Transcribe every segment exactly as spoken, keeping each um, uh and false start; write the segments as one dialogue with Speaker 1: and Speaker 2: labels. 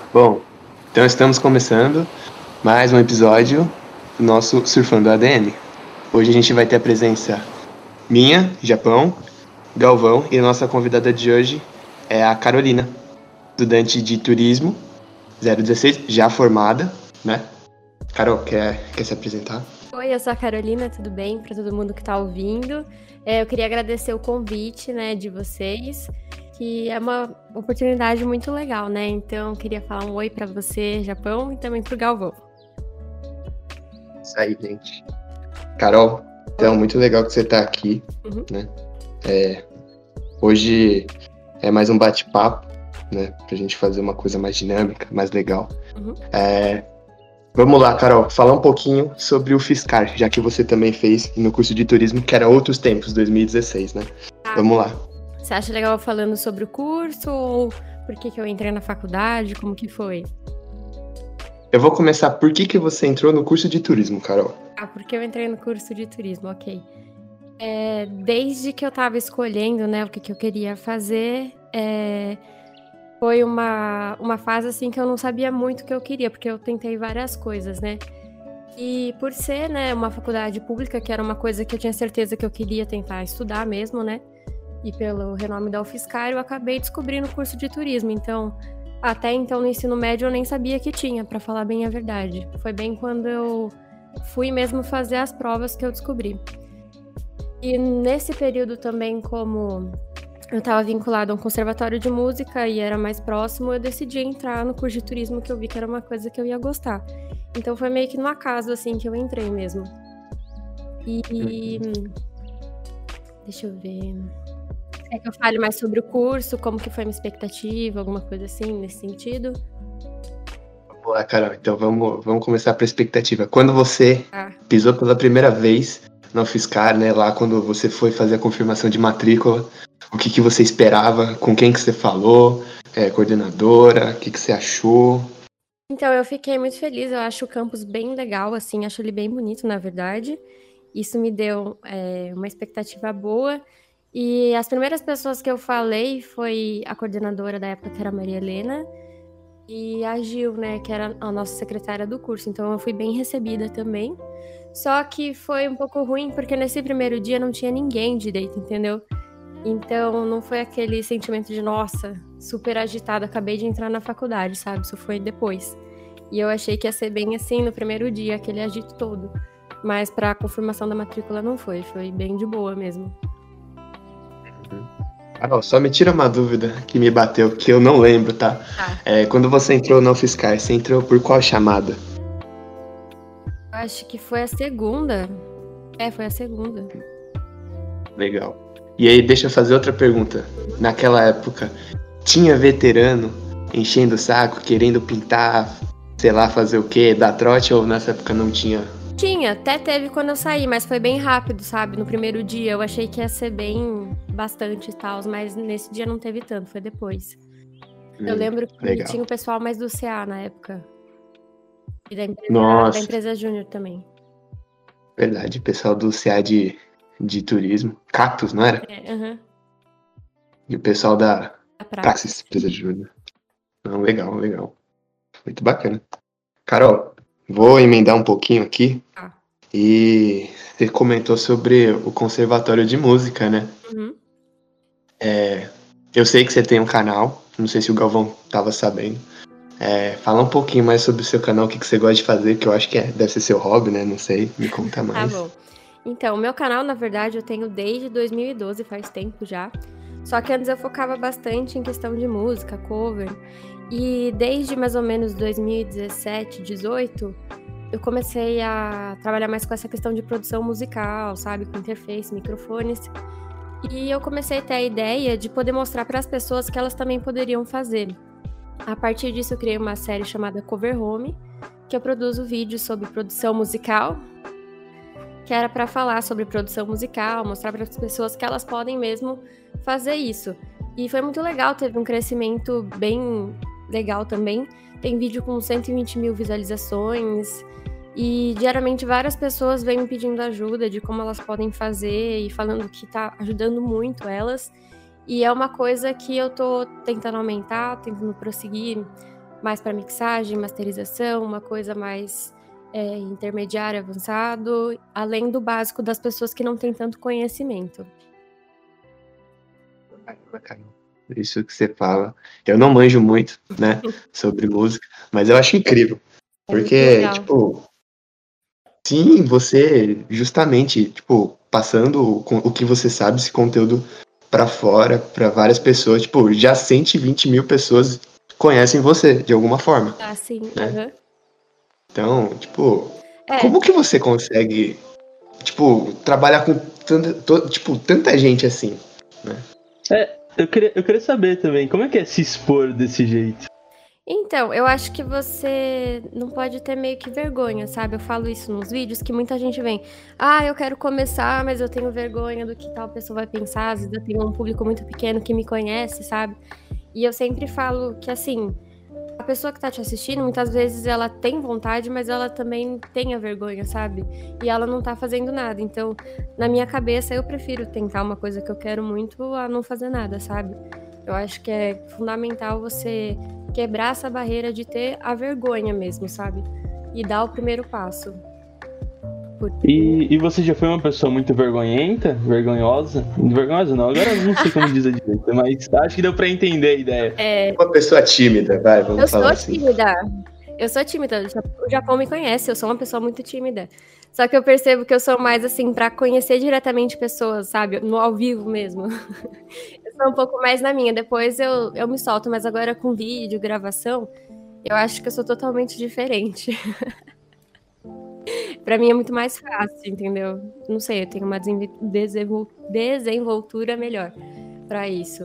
Speaker 1: Bom, então estamos começando mais um episódio do nosso Surfando A D M. Hoje a gente vai ter a presença minha, Japão, Galvão, e a nossa convidada de hoje é a Carolina, estudante de turismo, zero dezesseis, já formada, né? Carol, quer, quer se apresentar?
Speaker 2: Oi, eu sou a Carolina, tudo bem? Para todo mundo que está ouvindo. É, eu queria agradecer o convite, né, de vocês, que é uma oportunidade muito legal, né? Então, eu queria falar um oi para você, Japão, e também para o Galvão.
Speaker 1: Isso aí, gente. Carol, então, muito legal que você está aqui, uhum. né? É, hoje é mais um bate-papo, né? Pra gente fazer uma coisa mais dinâmica, mais legal. Uhum. É, vamos lá, Carol, falar um pouquinho sobre o Fiscar, já que você também fez no curso de turismo, que era Outros Tempos, dois mil e dezesseis, né? Ah, vamos lá.
Speaker 2: Você acha legal falando sobre o curso ou por que, que eu entrei na faculdade? Como que foi?
Speaker 1: Eu vou começar. Por que, que você entrou no curso de turismo, Carol?
Speaker 2: Ah, porque eu entrei no curso de turismo, ok. É, desde que eu tava escolhendo, né, o que, que eu queria fazer, é, foi uma, uma fase, assim, que eu não sabia muito o que eu queria, porque eu tentei várias coisas, né? E por ser, né, uma faculdade pública, que era uma coisa que eu tinha certeza que eu queria tentar estudar mesmo, né? E pelo renome da UFSCar, eu acabei descobrindo o curso de turismo. Então, até então, no ensino médio, eu nem sabia que tinha, pra falar bem a verdade. Foi bem quando eu fui mesmo fazer as provas que eu descobri. E nesse período também, como eu estava vinculada a um conservatório de música e era mais próximo, eu decidi entrar no curso de turismo, que eu vi que era uma coisa que eu ia gostar. Então foi meio que no acaso, assim, que eu entrei mesmo. E... deixa eu ver... Quer que eu fale mais sobre o curso, como que foi a minha expectativa, alguma coisa assim, nesse sentido?
Speaker 1: Boa, Carol, então vamos, vamos começar pela expectativa. Quando você ah. pisou pela primeira vez na UFSCar, né, lá quando você foi fazer a confirmação de matrícula, o que, que você esperava, com quem que você falou, é, coordenadora, o que, que você achou?
Speaker 2: Então, eu fiquei muito feliz, eu acho o campus bem legal, assim, acho ele bem bonito, na verdade. Isso me deu é, uma expectativa boa. E as primeiras pessoas que eu falei foi a coordenadora da época, que era a Maria Helena, e a Gil, né, que era a nossa secretária do curso. Então, eu fui bem recebida também. Só que foi um pouco ruim, porque nesse primeiro dia não tinha ninguém direito, entendeu? Então, não foi aquele sentimento de, nossa, super agitada, acabei de entrar na faculdade, sabe? Isso foi depois. E eu achei que ia ser bem assim no primeiro dia, aquele agito todo. Mas pra confirmação da matrícula não foi, foi bem de boa mesmo.
Speaker 1: Carol, só me tira uma dúvida que me bateu, que eu não lembro, tá? Ah. É, quando você entrou na UFSCar, você entrou por qual chamada?
Speaker 2: Acho que foi a segunda. É, foi a segunda.
Speaker 1: Legal. E aí, deixa eu fazer outra pergunta. Naquela época, tinha veterano enchendo o saco, querendo pintar, sei lá, fazer o quê? Dar trote, ou nessa época não tinha?
Speaker 2: Tinha, até teve quando eu saí, mas foi bem rápido, sabe? No primeiro dia eu achei que ia ser bem bastante e tal, mas nesse dia não teve tanto, foi depois. Hum, eu lembro que legal. Tinha o pessoal mais do C A na época. E da empresa,
Speaker 1: Nossa.
Speaker 2: Da empresa Júnior também.
Speaker 1: Verdade, pessoal do C A de, de turismo. Cactus, não era?
Speaker 2: É, aham. Uhum.
Speaker 1: E o pessoal da Praxis, empresa Júnior. Não, legal, legal. Muito bacana. Carol, vou emendar um pouquinho aqui. Ah. E você comentou sobre o conservatório de música, né?
Speaker 2: Uhum.
Speaker 1: É, eu sei que você tem um canal, não sei se o Galvão estava sabendo. É, fala um pouquinho mais sobre o seu canal, o que, que você gosta de fazer, que eu acho que é, deve ser seu hobby, né? Não sei, me conta mais.
Speaker 2: Tá bom. Então, o meu canal, na verdade, eu tenho desde dois mil e doze, faz tempo já. Só que antes eu focava bastante em questão de música, cover. E desde mais ou menos dois mil e dezessete, dezoito, eu comecei a trabalhar mais com essa questão de produção musical, sabe? Com interface, microfones. E eu comecei a ter a ideia de poder mostrar para as pessoas que elas também poderiam fazer. A partir disso, eu criei uma série chamada Cover Home, que eu produzo vídeos sobre produção musical, que era para falar sobre produção musical, mostrar para as pessoas que elas podem mesmo fazer isso. E foi muito legal, teve um crescimento bem legal também. Tem vídeo com cento e vinte mil visualizações e diariamente várias pessoas vêm me pedindo ajuda de como elas podem fazer e falando que tá ajudando muito elas. E é uma coisa que eu tô tentando aumentar, tentando prosseguir mais para mixagem, masterização, uma coisa mais é, intermediária, avançado, além do básico das pessoas que não têm tanto conhecimento.
Speaker 1: Isso que você fala. Eu não manjo muito, né, sobre música, mas eu acho incrível. Porque, é tipo, sim, você justamente, tipo, passando o que você sabe, esse conteúdo pra fora, pra várias pessoas, tipo, já cento e vinte mil pessoas conhecem você, de alguma forma.
Speaker 2: Ah, sim.
Speaker 1: Né?
Speaker 2: Uhum.
Speaker 1: Então, tipo,
Speaker 2: é.
Speaker 1: como que você consegue, tipo, trabalhar com tanta, to, tipo, tanta gente assim, né?
Speaker 3: É, eu queria, eu queria saber também, como é que é se expor desse jeito?
Speaker 2: Então, eu acho que você não pode ter meio que vergonha, sabe? Eu falo isso nos vídeos, que muita gente vem, ah, eu quero começar, mas eu tenho vergonha do que tal pessoa vai pensar, às vezes eu tenho um público muito pequeno que me conhece, sabe? E eu sempre falo que, assim, a pessoa que tá te assistindo, muitas vezes ela tem vontade, mas ela também tem a vergonha, sabe? E ela não tá fazendo nada. Então, na minha cabeça, eu prefiro tentar uma coisa que eu quero muito a não fazer nada, sabe? Eu acho que é fundamental você quebrar essa barreira de ter a vergonha mesmo, sabe? E dar o primeiro passo.
Speaker 3: Porque... E, e você já foi uma pessoa muito vergonhenta? Vergonhosa? Vergonhosa não, agora eu não sei como dizer direito, mas acho que deu pra entender a ideia.
Speaker 2: É...
Speaker 1: Uma pessoa tímida, vai, vamos
Speaker 2: eu
Speaker 1: falar
Speaker 2: assim.
Speaker 1: Eu
Speaker 2: sou tímida. Eu sou tímida. O Japão me conhece, eu sou uma pessoa muito tímida. Só que eu percebo que eu sou mais, assim, pra conhecer diretamente pessoas, sabe? No ao vivo mesmo. Eu sou um pouco mais na minha. Depois eu, eu me solto, mas agora com vídeo, gravação, eu acho que eu sou totalmente diferente. Pra mim é muito mais fácil, entendeu? Não sei, eu tenho uma desenvoltura melhor pra isso.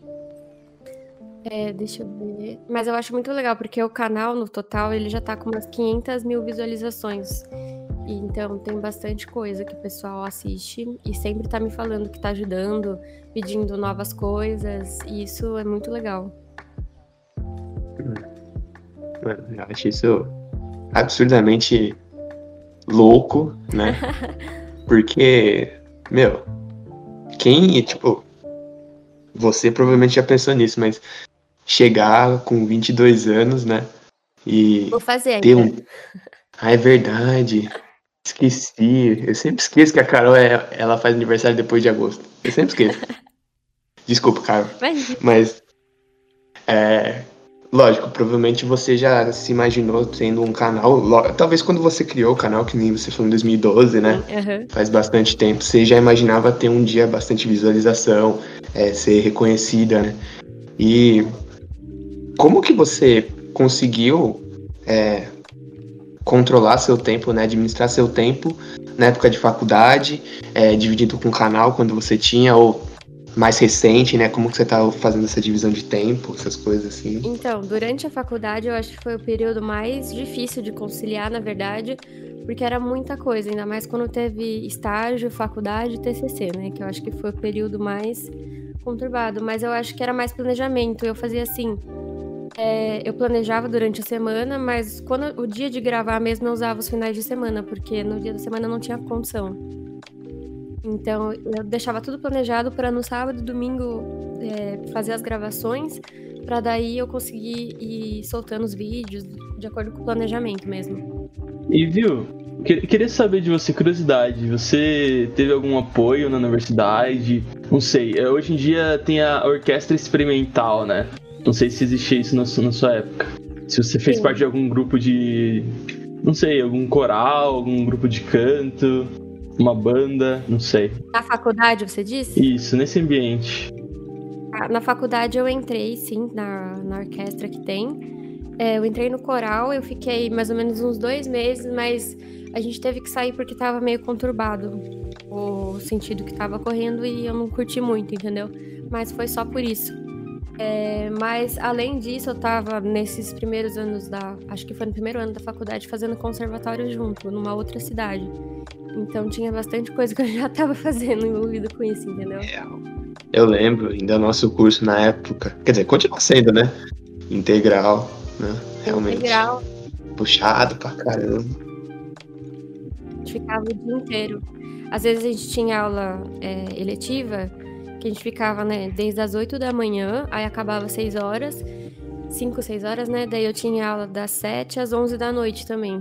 Speaker 2: É, deixa eu ver. Mas eu acho muito legal, porque o canal, no total, ele já tá com umas quinhentas mil visualizações. E, então, tem bastante coisa que o pessoal assiste e sempre tá me falando que tá ajudando, pedindo novas coisas. E isso é muito legal.
Speaker 1: Mano, eu acho isso absurdamente louco, né? Porque, meu, quem, tipo, você provavelmente já pensou nisso, mas chegar com vinte e dois anos, né? E
Speaker 2: Vou fazer
Speaker 1: ter
Speaker 2: ainda.
Speaker 1: um... Ah, é verdade. Esqueci. Eu sempre esqueço que a Carol é... ela faz aniversário depois de agosto. Eu sempre esqueço. Desculpa, Carol.
Speaker 2: Mas,
Speaker 1: mas é... lógico, provavelmente você já se imaginou tendo um canal, talvez quando você criou o canal, que nem você falou em dois mil e doze, né?
Speaker 2: Uhum.
Speaker 1: Faz bastante tempo, você já imaginava ter um dia bastante visualização, é, ser reconhecida, né? E como que você conseguiu é, controlar seu tempo, né? Administrar seu tempo na época de faculdade, é, dividido com o canal quando você tinha, ou mais recente, né? Como que você tá fazendo essa divisão de tempo, essas coisas assim?
Speaker 2: Então, durante a faculdade eu acho que foi o período mais difícil de conciliar, na verdade, porque era muita coisa, ainda mais quando teve estágio, faculdade e T C C, né? Que eu acho que foi o período mais conturbado, mas eu acho que era mais planejamento. Eu fazia assim, é, eu planejava durante a semana, mas quando o dia de gravar mesmo eu usava os finais de semana, porque no dia da semana eu não tinha condição. Então, eu deixava tudo planejado para no sábado e domingo é, fazer as gravações, para daí eu conseguir ir soltando os vídeos de acordo com o planejamento mesmo.
Speaker 3: E viu, queria saber de você, curiosidade, você teve algum apoio na universidade? Não sei, hoje em dia tem a orquestra experimental, né? Não sei se existia isso na sua, na sua época. Se você fez Sim. parte de algum grupo de, não sei, algum coral, algum grupo de canto... Uma banda, não sei.
Speaker 2: Na faculdade, você disse?
Speaker 3: Isso, nesse ambiente.
Speaker 2: Na faculdade eu entrei, sim, na, na orquestra que tem. É, eu entrei no coral, eu fiquei mais ou menos uns dois meses, mas a gente teve que sair porque tava meio conturbado o sentido que tava correndo e eu não curti muito, entendeu? Mas foi só por isso. É, mas, além disso, eu tava nesses primeiros anos da... Acho que foi no primeiro ano da faculdade, fazendo conservatório junto, numa outra cidade. Então tinha bastante coisa que eu já tava fazendo envolvido com isso, entendeu?
Speaker 1: Eu lembro, ainda nosso curso na época, quer dizer, continua sendo, né? Integral, né? Realmente.
Speaker 2: Integral.
Speaker 1: Puxado pra caramba.
Speaker 2: A gente ficava o dia inteiro. Às vezes a gente tinha aula é, eletiva, que a gente ficava, né, desde as oito da manhã, aí acabava às seis horas, cinco, seis horas, né? Daí eu tinha aula das sete às onze da noite também.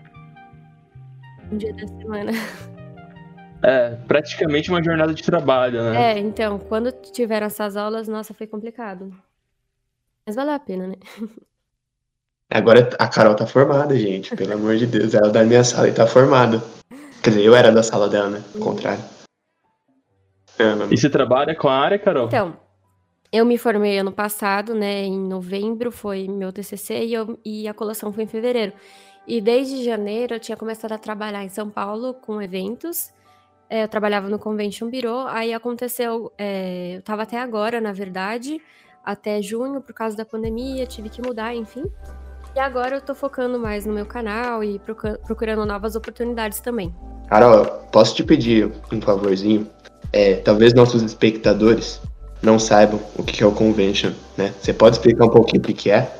Speaker 2: Um dia da semana.
Speaker 3: É, praticamente uma jornada de trabalho, né?
Speaker 2: É, então, quando tiveram essas aulas, nossa, foi complicado. Mas valeu a pena, né?
Speaker 1: Agora a Carol tá formada, gente. Pelo amor de Deus. Ela é da minha sala e tá formada. Quer dizer, eu era da sala dela, né? Ao contrário.
Speaker 3: E você trabalha com a área, Carol?
Speaker 2: Então, eu me formei ano passado, né? Em novembro foi meu T C C e, eu, e a colação foi em fevereiro. E desde janeiro eu tinha começado a trabalhar em São Paulo com eventos. É, eu trabalhava no Convention Bureau, aí aconteceu, é, eu estava até agora, na verdade, até junho, por causa da pandemia, tive que mudar, enfim. E agora eu tô focando mais no meu canal e procurando novas oportunidades também.
Speaker 1: Carol, posso te pedir um favorzinho? É, talvez nossos espectadores não saibam o que é o Convention, né? Você pode explicar um pouquinho o que é?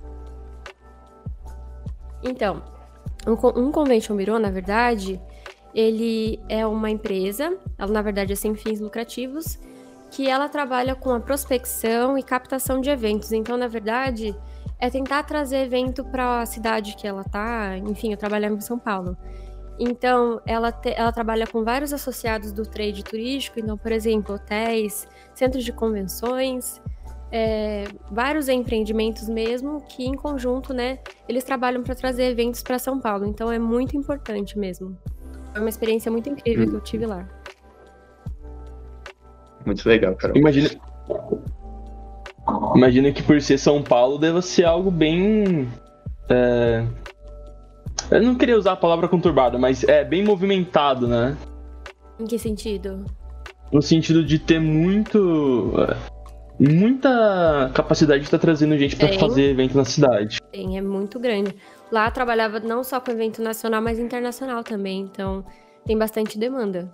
Speaker 2: Então, um, um Convention Bureau, na verdade, ele é uma empresa, ela na verdade é sem fins lucrativos, que ela trabalha com a prospecção e captação de eventos. Então, na verdade, é tentar trazer evento para a cidade que ela tá. Enfim, eu trabalhava em São Paulo. Então, ela, te, ela trabalha com vários associados do trade turístico. Então, por exemplo, hotéis, centros de convenções, é, vários empreendimentos mesmo, que em conjunto, né, eles trabalham para trazer eventos para São Paulo. Então, é muito importante mesmo. Foi uma experiência muito incrível hum. que eu tive lá.
Speaker 1: Muito legal, Carol.
Speaker 3: Imagina, imagina que por ser São Paulo deve ser algo bem... É... Eu não queria usar a palavra conturbada, mas é bem movimentado, né?
Speaker 2: Em que sentido?
Speaker 3: No sentido de ter muito... Muita capacidade de estar trazendo gente para fazer evento na cidade.
Speaker 2: Tem, é muito grande. Lá trabalhava não só com evento nacional, mas internacional também. Então, tem bastante demanda.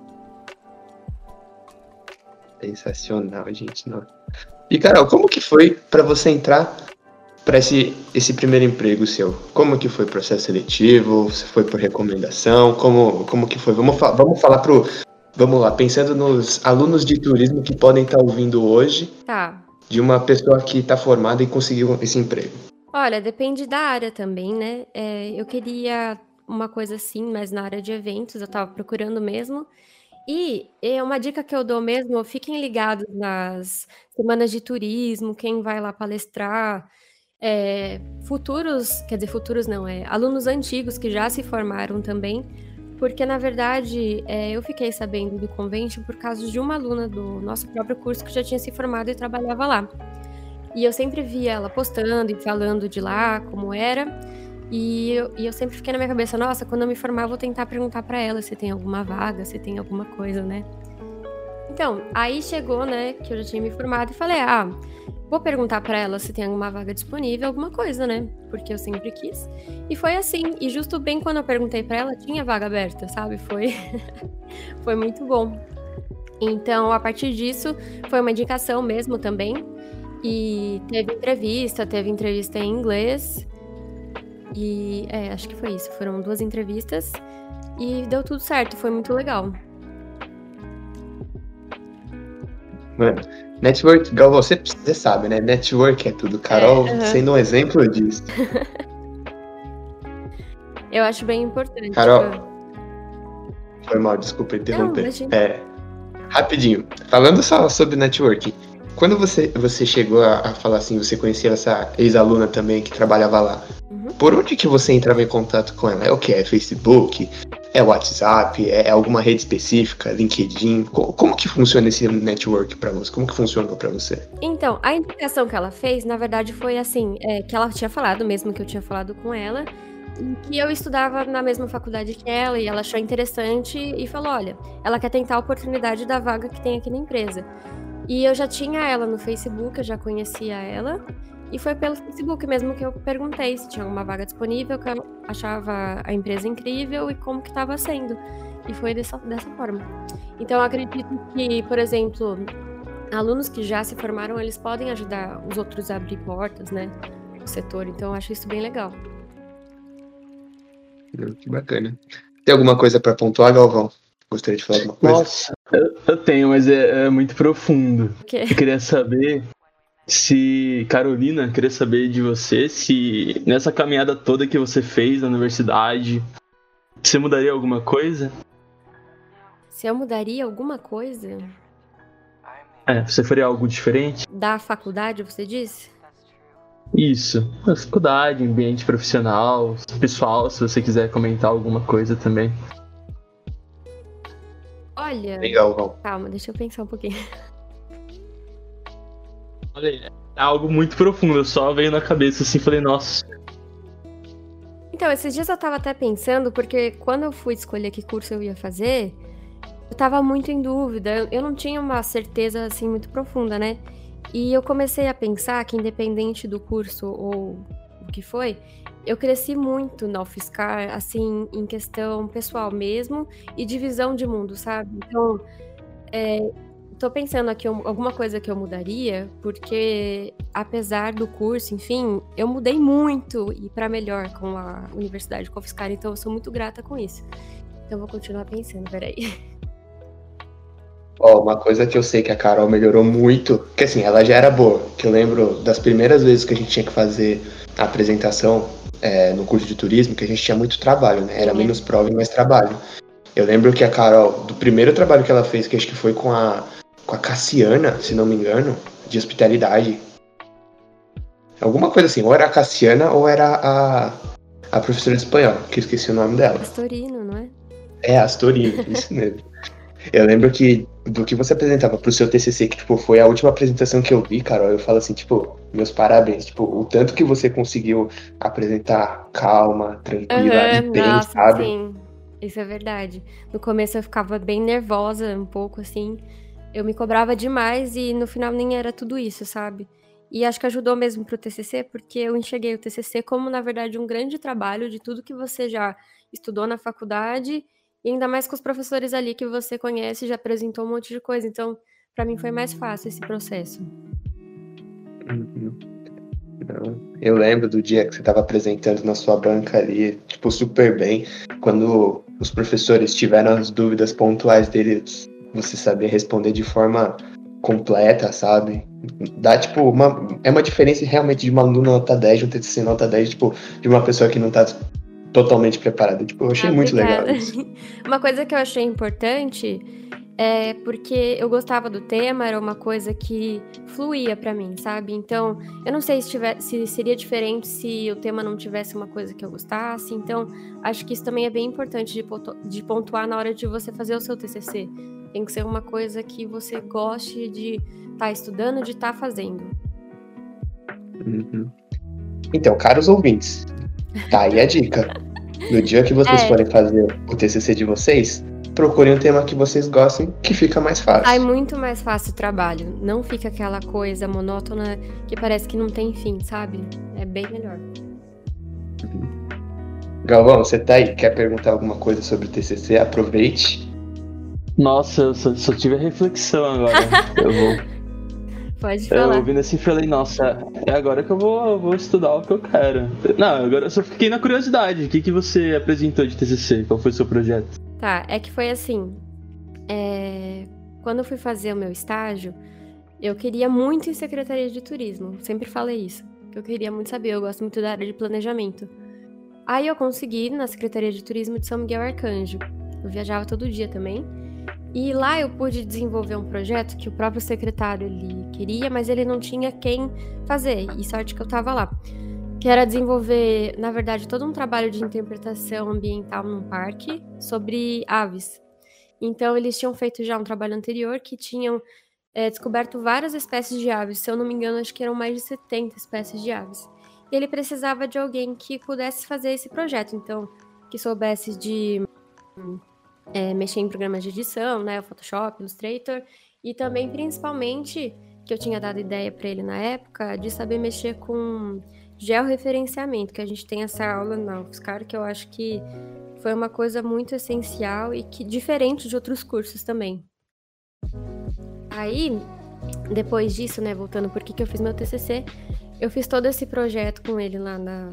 Speaker 1: Sensacional, gente. Não. E, Carol, como que foi para você entrar para esse, esse primeiro emprego seu? Como que foi o processo seletivo? Você foi por recomendação? Como, como que foi? Vamos, fa- vamos falar pro... Vamos lá, pensando nos alunos de turismo que podem estar ouvindo hoje,
Speaker 2: tá.
Speaker 1: De uma pessoa que está formada e conseguiu esse emprego.
Speaker 2: Olha, depende da área também, né? É, eu queria uma coisa assim, mas na área de eventos, eu estava procurando mesmo. E é uma dica que eu dou mesmo, fiquem ligados nas semanas de turismo, quem vai lá palestrar, é, futuros, quer dizer, futuros não, é alunos antigos que já se formaram também, porque, na verdade, é, eu fiquei sabendo do Convention por causa de uma aluna do nosso próprio curso que já tinha se formado e trabalhava lá. E eu sempre via ela postando e falando de lá, como era, e eu, e eu sempre fiquei na minha cabeça, nossa, quando eu me formar eu vou tentar perguntar pra ela se tem alguma vaga, se tem alguma coisa, né? Então, aí chegou, né, que eu já tinha me formado e falei, ah, vou perguntar pra ela se tem alguma vaga disponível, alguma coisa, né? Porque eu sempre quis. E foi assim. E justo bem quando eu perguntei pra ela, tinha vaga aberta, sabe? Foi, foi muito bom. Então, a partir disso, foi uma indicação mesmo também. E teve entrevista, teve entrevista em inglês. E, é, acho que foi isso. Foram duas entrevistas. E deu tudo certo, foi muito legal.
Speaker 1: Mano, network, igual você, você sabe, né? Network é tudo. Carol é, uh-huh. sendo um exemplo disso.
Speaker 2: Eu acho bem importante.
Speaker 1: Carol, eu... foi mal, desculpa interromper. Não, é, rapidinho, falando só sobre networking. Quando você, você chegou a, a falar assim, você conhecia essa ex-aluna também que trabalhava lá, uhum. Por onde que você entrava em contato com ela? É o que? É Facebook? É WhatsApp? É alguma rede específica? LinkedIn? Como, como que funciona esse network pra você? Como que funcionou pra você?
Speaker 2: Então, a indicação que ela fez, na verdade, foi assim, é, que ela tinha falado, mesmo que eu tinha falado com ela, que eu estudava na mesma faculdade que ela e ela achou interessante e falou, olha, ela quer tentar a oportunidade da vaga que tem aqui na empresa. E eu já tinha ela no Facebook, eu já conhecia ela. E foi pelo Facebook mesmo que eu perguntei se tinha alguma vaga disponível, que eu achava a empresa incrível e como que estava sendo. E foi dessa, dessa forma. Então, eu acredito que, por exemplo, alunos que já se formaram, eles podem ajudar os outros a abrir portas, né, no setor. Então, eu acho isso bem legal.
Speaker 1: Que bacana. Tem alguma coisa para pontuar, Galvão? Gostaria de falar alguma coisa?
Speaker 3: Nossa, eu, eu tenho, mas é, é muito profundo. Eu queria saber Se, Carolina, queria saber de você se nessa caminhada toda que você fez na universidade, você mudaria alguma coisa?
Speaker 2: Se eu mudaria alguma coisa?
Speaker 3: É, você faria algo diferente?
Speaker 2: Da faculdade, você disse?
Speaker 3: Isso, na faculdade, ambiente profissional, pessoal, se você quiser comentar alguma coisa também.
Speaker 2: Olha...
Speaker 1: Legal, Val.
Speaker 2: Calma, deixa eu pensar um pouquinho.
Speaker 3: Olha aí, é algo muito profundo, eu só veio na cabeça assim, falei, nossa.
Speaker 2: Então, esses dias eu tava até pensando, porque quando eu fui escolher que curso eu ia fazer, eu tava muito em dúvida, eu não tinha uma certeza, assim, muito profunda, né? E eu comecei a pensar que, independente do curso ou o que foi, eu cresci muito na UFSCar, assim, em questão pessoal mesmo e de visão de mundo, sabe? Então, é, tô pensando aqui alguma coisa que eu mudaria, porque apesar do curso, enfim, eu mudei muito e para melhor com a Universidade de UFSCar, então eu sou muito grata com isso. Então eu vou continuar pensando, peraí.
Speaker 1: Ó, uma coisa que eu sei que a Carol melhorou muito, que assim, ela já era boa, que eu lembro das primeiras vezes que a gente tinha que fazer a apresentação é, no curso de turismo, que a gente tinha muito trabalho, né? Era
Speaker 2: É.
Speaker 1: menos prova e mais trabalho. Eu lembro que a Carol, do primeiro trabalho que ela fez, que acho que foi com a, com a Cassiana, se não me engano, de hospitalidade. Alguma coisa assim, ou era a Cassiana ou era a, a professora de espanhol, que eu esqueci o nome dela.
Speaker 2: Astorino, não é?
Speaker 1: É, Astorino, isso mesmo. Eu lembro que do que você apresentava pro seu T C C, que tipo, foi a última apresentação que eu vi, Carol, eu falo assim, tipo, meus parabéns, tipo, o tanto que você conseguiu apresentar calma, tranquila
Speaker 2: Uhum,
Speaker 1: e bem,
Speaker 2: nossa,
Speaker 1: sabe?
Speaker 2: sim, isso é verdade. No começo eu ficava bem nervosa, um pouco assim, eu me cobrava demais e no final nem era tudo isso, sabe? E acho que ajudou mesmo pro T C C, porque eu enxerguei o T C C como, na verdade, um grande trabalho de tudo que você já estudou na faculdade e ainda mais com os professores ali que você conhece, já apresentou um monte de coisa. Então, pra mim foi mais fácil esse processo.
Speaker 1: Uhum. Não. Eu lembro do dia que você estava apresentando na sua banca ali, tipo, super bem, quando os professores tiveram as dúvidas pontuais deles, você sabia responder de forma completa, sabe? Dá, tipo, uma... É uma diferença realmente de uma aluna nota dez, de um T C C nota dez, tipo, de uma pessoa que não tá totalmente preparada. Tipo, eu achei
Speaker 2: Ah,
Speaker 1: muito
Speaker 2: obrigada.
Speaker 1: legal isso.
Speaker 2: Uma coisa que eu achei importante é porque eu gostava do tema, era uma coisa que fluía pra mim, sabe? Então, eu não sei se, tiver, se seria diferente se o tema não tivesse uma coisa que eu gostasse. Então, acho que isso também é bem importante de, pontu- de pontuar na hora de você fazer o seu T C C. Tem que ser uma coisa que você goste de estar estudando, de estar fazendo.
Speaker 1: Uhum. Então, caros ouvintes, tá aí a dica. No dia que vocês
Speaker 2: É.
Speaker 1: forem fazer o T C C de vocês, procurem um tema que vocês gostem, que fica mais fácil.
Speaker 2: Ai, muito mais fácil o trabalho. Não fica aquela coisa monótona que parece que não tem fim, sabe? É bem melhor.
Speaker 1: Galvão, você tá aí? Quer perguntar alguma coisa sobre o T C C? Aproveite.
Speaker 3: Nossa, eu só, só tive a reflexão agora. eu vou.
Speaker 2: Pode
Speaker 3: Eu
Speaker 2: falar.
Speaker 3: ouvindo assim falei, nossa, é agora que eu vou, vou estudar o que eu quero. Não, agora eu só fiquei na curiosidade. O que, que você apresentou de T C C? Qual foi o seu projeto?
Speaker 2: Tá, é que foi assim. é, Quando eu fui fazer o meu estágio, eu queria muito em Secretaria de Turismo. Sempre falei isso. Que eu queria muito saber, eu gosto muito da área de planejamento. Aí eu consegui na Secretaria de Turismo de São Miguel Arcanjo. Eu viajava todo dia também. E lá eu pude desenvolver um projeto que o próprio secretário ele queria, mas ele não tinha quem fazer. E sorte que eu tava lá. Que era desenvolver, na verdade, todo um trabalho de interpretação ambiental num parque sobre aves. Então, eles tinham feito já um trabalho anterior que tinham é, descoberto várias espécies de aves. Se eu não me engano, acho que eram mais de setenta espécies de aves. E ele precisava de alguém que pudesse fazer esse projeto. Então, que soubesse de é, mexer em programas de edição, né? O Photoshop, Illustrator. E também, principalmente, que eu tinha dado ideia para ele na época, de saber mexer com georreferenciamento, que a gente tem essa aula na UFSCar, que eu acho que foi uma coisa muito essencial e que diferente de outros cursos também. Aí, depois disso, né, voltando por que que eu fiz meu T C C, eu fiz todo esse projeto com ele lá na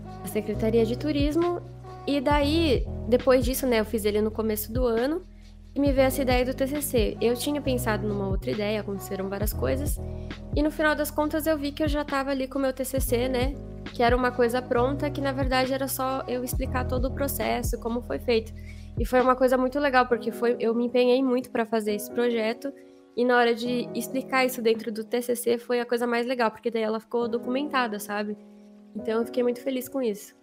Speaker 2: Secretaria de Turismo, e daí, depois disso, né, eu fiz ele no começo do ano, e me veio essa ideia do T C C. Eu tinha pensado numa outra ideia, aconteceram várias coisas, e no final das contas eu vi que eu já estava ali com o meu T C C, né? Que era uma coisa pronta, que na verdade era só eu explicar todo o processo, como foi feito. E foi uma coisa muito legal, porque foi, eu me empenhei muito para fazer esse projeto, e na hora de explicar isso dentro do T C C foi a coisa mais legal, porque daí ela ficou documentada, sabe? Então eu fiquei muito feliz com isso.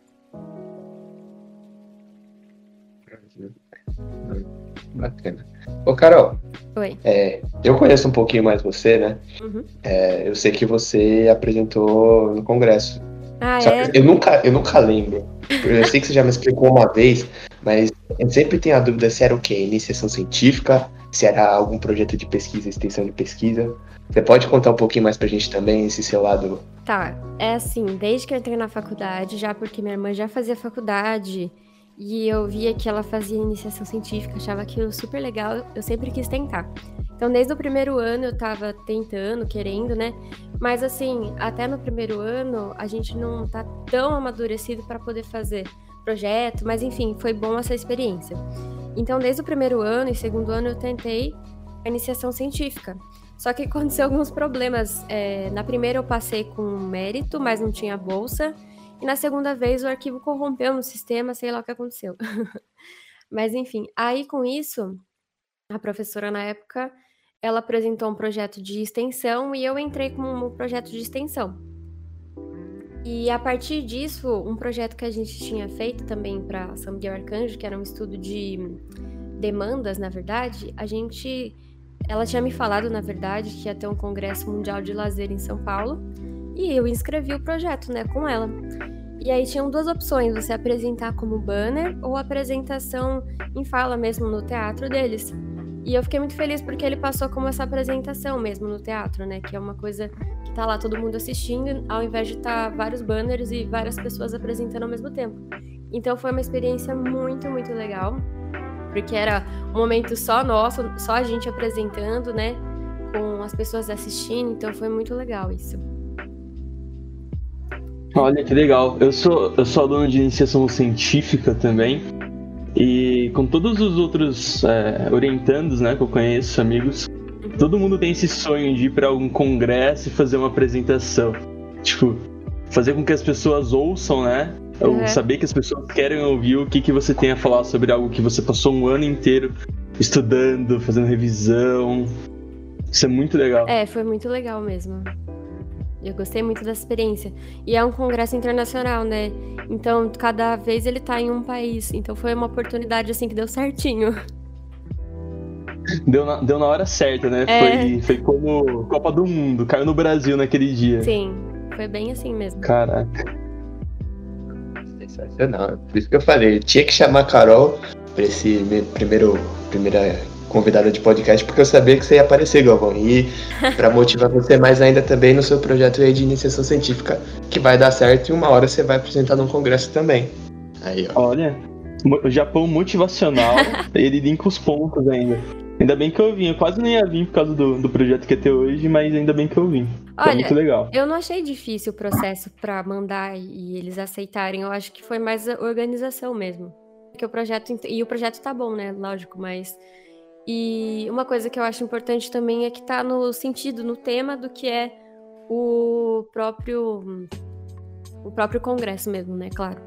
Speaker 1: Bacana. Ô, Carol.
Speaker 2: Oi.
Speaker 1: É, eu conheço um pouquinho mais você, né?
Speaker 2: Uhum.
Speaker 1: É, eu sei que você apresentou no congresso.
Speaker 2: Ah,
Speaker 1: Só
Speaker 2: é?
Speaker 1: que eu nunca, eu nunca lembro. Eu sei que você já me explicou uma vez, mas eu sempre tenho a dúvida se era o quê? Iniciação científica? Se era algum projeto de pesquisa, extensão de pesquisa? Você pode contar um pouquinho mais pra gente também, esse seu lado?
Speaker 2: Tá, é assim, desde que eu entrei na faculdade, já porque minha irmã já fazia faculdade e eu via que ela fazia iniciação científica, achava aquilo super legal, eu sempre quis tentar. Então, desde o primeiro ano eu tava tentando, querendo, né? Mas assim, até no primeiro ano a gente não tá tão amadurecido para poder fazer projeto, mas enfim, foi bom essa experiência. Então, desde o primeiro ano e segundo ano eu tentei a iniciação científica. Só que aconteceu alguns problemas. É, na primeira eu passei com mérito, mas não tinha bolsa. E na segunda vez o arquivo corrompeu no sistema, sei lá o que aconteceu. Mas enfim, aí com isso, a professora na época, ela apresentou um projeto de extensão e eu entrei com um projeto de extensão. E a partir disso, um projeto que a gente tinha feito também para São Miguel Arcanjo, que era um estudo de demandas, na verdade, a gente... Ela tinha me falado, na verdade, que ia ter um congresso mundial de lazer em São Paulo, e eu inscrevi o projeto, né, com ela. E aí tinham duas opções, você apresentar como banner ou apresentação em fala mesmo no teatro deles. E eu fiquei muito feliz porque ele passou como essa apresentação mesmo no teatro, né, que é uma coisa que tá lá todo mundo assistindo, ao invés de estar vários banners e várias pessoas apresentando ao mesmo tempo. Então foi uma experiência muito, muito legal. Porque era um momento só nosso, só a gente apresentando, né? Com as pessoas assistindo, então foi muito legal isso.
Speaker 3: Olha que legal. Eu sou, eu sou aluno de iniciação científica também. E com todos os outros é, orientandos, né, que eu conheço, amigos, uhum. Todo mundo tem esse sonho de ir para algum congresso e fazer uma apresentação. Tipo, fazer com que as pessoas ouçam, né? Ou uhum. Saber que as pessoas querem ouvir o que, que você tem a falar sobre algo que você passou um ano inteiro estudando, fazendo revisão. Isso é muito legal.
Speaker 2: É, foi muito legal mesmo. Eu gostei muito dessa experiência. E é um congresso internacional, né? Então, cada vez ele tá em um país. Então, foi uma oportunidade, assim, que deu certinho.
Speaker 3: Deu na, deu na hora certa, né?
Speaker 2: É.
Speaker 3: Foi, foi como Copa do Mundo. Caiu no Brasil naquele dia.
Speaker 2: Sim, foi bem assim mesmo.
Speaker 3: Caraca.
Speaker 1: Sensacional. Por isso que eu falei, tinha que chamar a Carol pra esse primeiro, primeira convidada de podcast, porque eu sabia que você ia aparecer, Galvão. E pra motivar você mais ainda também no seu projeto aí de iniciação científica, que vai dar certo e uma hora você vai apresentar num congresso também. Aí, ó.
Speaker 3: Olha, o Japão motivacional, ele linka os pontos ainda. Ainda bem que eu vim, eu quase nem ia vir por causa do, do projeto que ia ter hoje, mas ainda bem que eu vim. Foi muito legal.
Speaker 2: Eu não achei difícil o processo pra mandar e eles aceitarem, eu acho que foi mais a organização mesmo. Porque o projeto, e o projeto tá bom, né, lógico, mas... E uma coisa que eu acho importante também é que tá no sentido, no tema do que é o próprio, o próprio congresso mesmo, né, claro.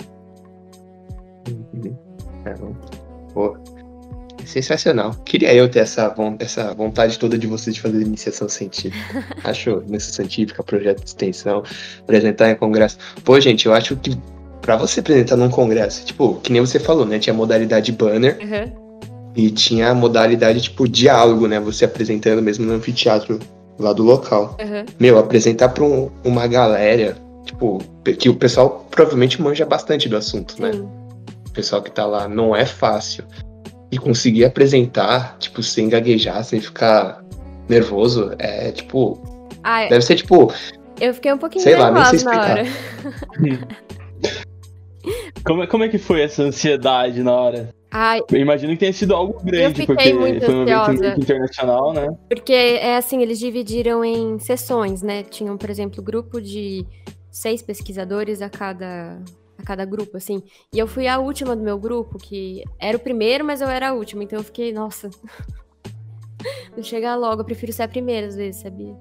Speaker 1: É, pô. Sensacional. Queria eu ter essa, essa vontade toda de vocês de fazer iniciação científica. Acho iniciação científica, projeto de extensão, apresentar em congresso. Pô, gente, eu acho que pra você apresentar num congresso, tipo, que nem você falou, né? Tinha modalidade banner
Speaker 2: uhum.
Speaker 1: E tinha a modalidade, tipo, diálogo, né? Você apresentando mesmo no anfiteatro lá do local.
Speaker 2: Uhum.
Speaker 1: Meu, apresentar pra um, uma galera, tipo, que o pessoal provavelmente manja bastante do assunto,
Speaker 2: Sim.
Speaker 1: né? O pessoal que tá lá, não é fácil. E conseguir apresentar, tipo, sem gaguejar, sem ficar nervoso, é, tipo...
Speaker 2: Ai,
Speaker 1: deve ser, tipo...
Speaker 2: Eu fiquei um pouquinho
Speaker 1: sei lá, nem sei
Speaker 2: nervosa na hora.
Speaker 3: como, como é que foi essa ansiedade na hora?
Speaker 2: Ai,
Speaker 3: eu imagino que tenha sido algo grande, porque
Speaker 2: muito
Speaker 3: foi um evento
Speaker 2: ansiosa.
Speaker 3: muito internacional, né?
Speaker 2: Porque, é assim, eles dividiram em sessões, né? Tinham, por exemplo, grupo de seis pesquisadores a cada, a cada grupo, assim. E eu fui a última do meu grupo, que era o primeiro, mas eu era a última. Então eu fiquei, nossa, não chegar logo, eu prefiro ser a primeira às vezes, sabia?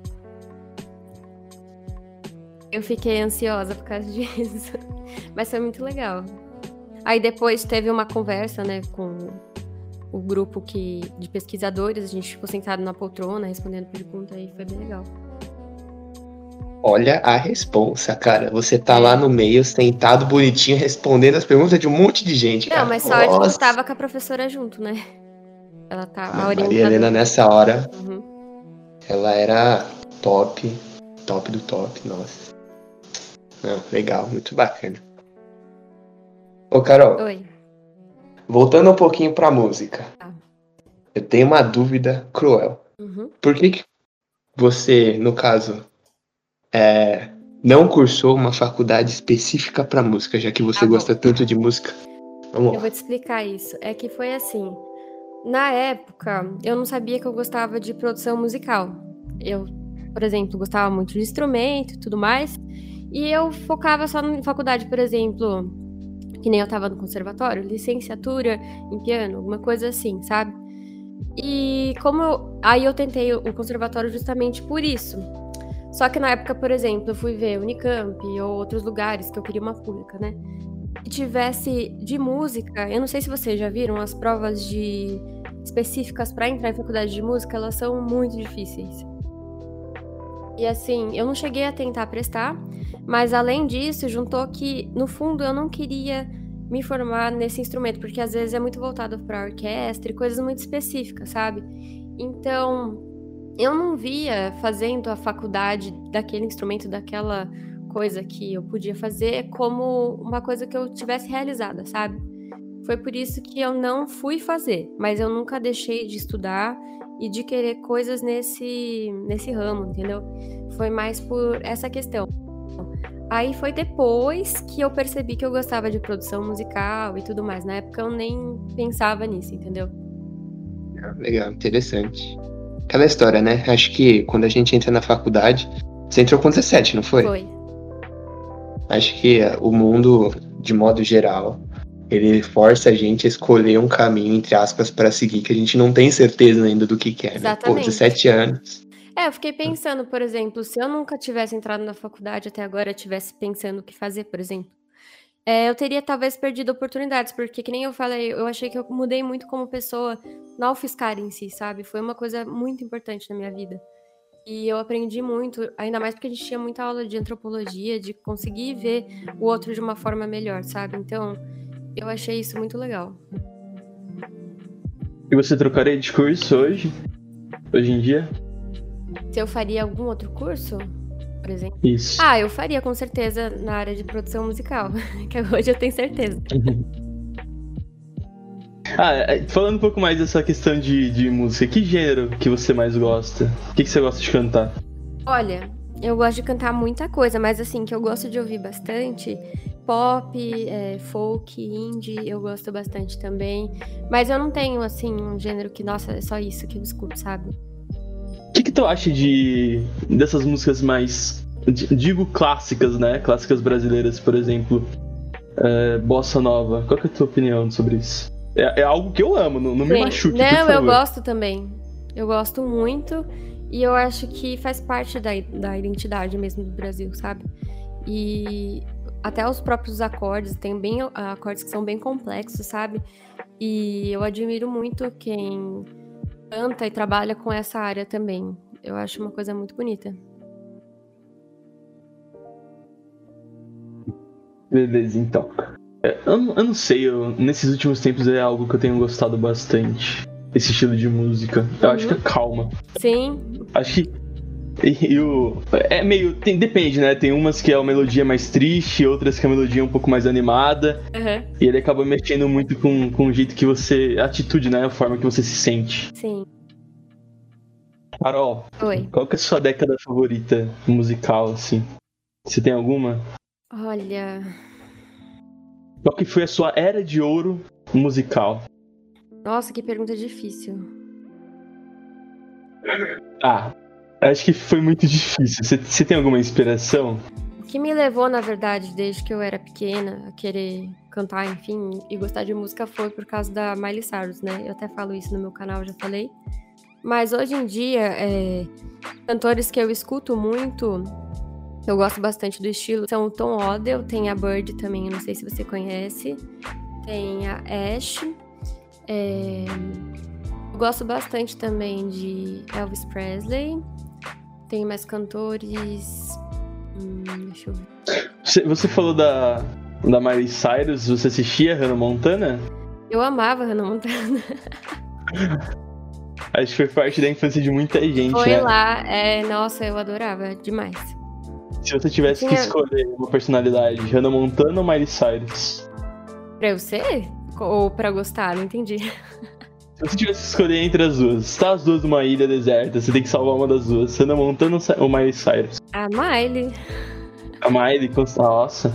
Speaker 2: Eu fiquei ansiosa por causa disso. Mas foi muito legal. Aí depois teve uma conversa, né, com o grupo que, de pesquisadores. A gente ficou sentado na poltrona, respondendo perguntas, e foi bem legal.
Speaker 1: Olha a responsa, cara. Você tá lá no meio, sentado, bonitinho, respondendo as perguntas de um monte de gente, cara.
Speaker 2: Não, mas sorte que eu tava com a professora junto, né? Ela tá, a orientadora.
Speaker 1: Maria Helena, nessa hora,
Speaker 2: uhum.
Speaker 1: ela era top, top do top, nossa. Não, legal, muito bacana. Ô, Carol.
Speaker 2: Oi.
Speaker 1: Voltando um pouquinho pra música.
Speaker 2: Ah.
Speaker 1: Eu tenho uma dúvida cruel.
Speaker 2: Uhum.
Speaker 1: Por que que você, no caso, é, não cursou uma faculdade específica pra música, já que você
Speaker 2: Ah,
Speaker 1: gosta tanto de música? Vamos lá.
Speaker 2: Eu vou te explicar isso. É que foi assim, na época, eu não sabia que eu gostava de produção musical. Eu, por exemplo, gostava muito de instrumento e tudo mais, e eu focava só em faculdade, por exemplo, que nem eu tava no conservatório, licenciatura em piano, alguma coisa assim, sabe? E como eu, aí eu tentei o conservatório justamente por isso. Só que na época, por exemplo, eu fui ver Unicamp ou outros lugares que eu queria uma pública, né? Que tivesse de música, eu não sei se vocês já viram, as provas de específicas para entrar em faculdade de música, elas são muito difíceis. E assim, eu não cheguei a tentar prestar, mas além disso, juntou que, no fundo, eu não queria me formar nesse instrumento, porque às vezes é muito voltado para orquestra e coisas muito específicas, sabe? Então, eu não via fazendo a faculdade daquele instrumento, daquela coisa que eu podia fazer, como uma coisa que eu tivesse realizada, sabe? Foi por isso que eu não fui fazer, mas eu nunca deixei de estudar e de querer coisas nesse, nesse ramo, entendeu? Foi mais por essa questão. Aí foi depois que eu percebi que eu gostava de produção musical e tudo mais. Na época eu nem pensava nisso, entendeu?
Speaker 1: Legal, interessante. Aquela história, né? Acho que quando a gente entra na faculdade, você entrou com dezessete, não foi?
Speaker 2: Foi.
Speaker 1: Acho que o mundo, de modo geral, ele força a gente a escolher um caminho, entre aspas, para seguir, que a gente não tem certeza ainda do que quer, né?
Speaker 2: Exatamente.
Speaker 1: Pô, dezessete anos.
Speaker 2: É, eu fiquei pensando, por exemplo, se eu nunca tivesse entrado na faculdade até agora, eu tivesse pensando o que fazer, por exemplo, é, eu teria talvez perdido oportunidades, porque que nem eu falei, eu achei que eu mudei muito como pessoa na UFSCar em si, sabe? Foi uma coisa muito importante na minha vida. E eu aprendi muito, ainda mais porque a gente tinha muita aula de antropologia, de conseguir ver o outro de uma forma melhor, sabe? Então, eu achei isso muito legal.
Speaker 3: E você trocaria de curso hoje? Hoje em dia?
Speaker 2: Se eu faria algum outro curso, por exemplo?
Speaker 3: Isso.
Speaker 2: Ah, eu faria com certeza na área de produção musical, que hoje eu tenho certeza.
Speaker 3: Ah, falando um pouco mais dessa questão de, de música, que gênero que você mais gosta? O que, que você gosta de cantar?
Speaker 2: Olha, eu gosto de cantar muita coisa, mas assim, que eu gosto de ouvir bastante, pop, é, folk, indie, eu gosto bastante também. Mas eu não tenho, assim, um gênero que, nossa, é só isso que eu escuto, sabe?
Speaker 3: O que, que tu acha de dessas músicas mais, digo, clássicas, né? Clássicas brasileiras, por exemplo, é, bossa nova. Qual que é a tua opinião sobre isso? É, é algo que eu amo, não, não me machuque,
Speaker 2: Não,
Speaker 3: por favor.
Speaker 2: eu gosto também. Eu gosto muito e eu acho que faz parte da, da identidade mesmo do Brasil, sabe? E até os próprios acordes, tem bem acordes que são bem complexos, sabe? E eu admiro muito quem canta e trabalha com essa área também. Eu acho uma coisa muito bonita.
Speaker 3: Beleza, então. Eu, eu não sei, eu, nesses últimos tempos é algo que eu tenho gostado bastante. Esse estilo de música. Eu uhum. acho que é calma.
Speaker 2: Sim.
Speaker 3: Acho que. E, e o, é meio. Tem, depende, né? Tem umas que é uma melodia mais triste, outras que a melodia é um pouco mais animada.
Speaker 2: Uhum.
Speaker 3: E ele acaba mexendo muito com, com o jeito que você. A atitude, né? A forma que você se sente.
Speaker 2: Sim.
Speaker 3: Carol,
Speaker 2: Oi.
Speaker 3: Qual que é a sua década favorita musical, assim? Você tem alguma?
Speaker 2: Olha.
Speaker 3: Qual que foi a sua era de ouro musical?
Speaker 2: Nossa, que pergunta difícil.
Speaker 3: Ah, acho que foi muito difícil. Você, você tem alguma inspiração?
Speaker 2: que me levou, na verdade, desde que eu era pequena, a querer cantar, enfim, e gostar de música foi por causa da Miley Cyrus, né? Eu até falo isso no meu canal, já falei. Mas hoje em dia, é, cantores que eu escuto muito, eu gosto bastante do estilo, são o Tom Odell, tem a Bird também, eu não sei se você conhece, tem a Ash, é, eu gosto bastante também de Elvis Presley, tem mais cantores... Hum, deixa eu ver.
Speaker 3: Você, você falou da, da Miley Cyrus, você assistia Hannah Montana?
Speaker 2: Eu amava Hannah Montana.
Speaker 3: Acho que foi parte da infância de muita gente,
Speaker 2: Foi
Speaker 3: né?
Speaker 2: lá, é, nossa, eu adorava demais.
Speaker 3: Se você tivesse
Speaker 2: Tinha...
Speaker 3: que escolher uma personalidade, Hannah Montana ou Miley Cyrus?
Speaker 2: Pra eu ser? Ou pra gostar? Não entendi.
Speaker 3: Se você tivesse que escolher entre as duas, está as duas numa ilha deserta, você tem que salvar uma das duas, Hannah Montana ou Miley Cyrus?
Speaker 2: A Miley.
Speaker 3: A Miley, nossa.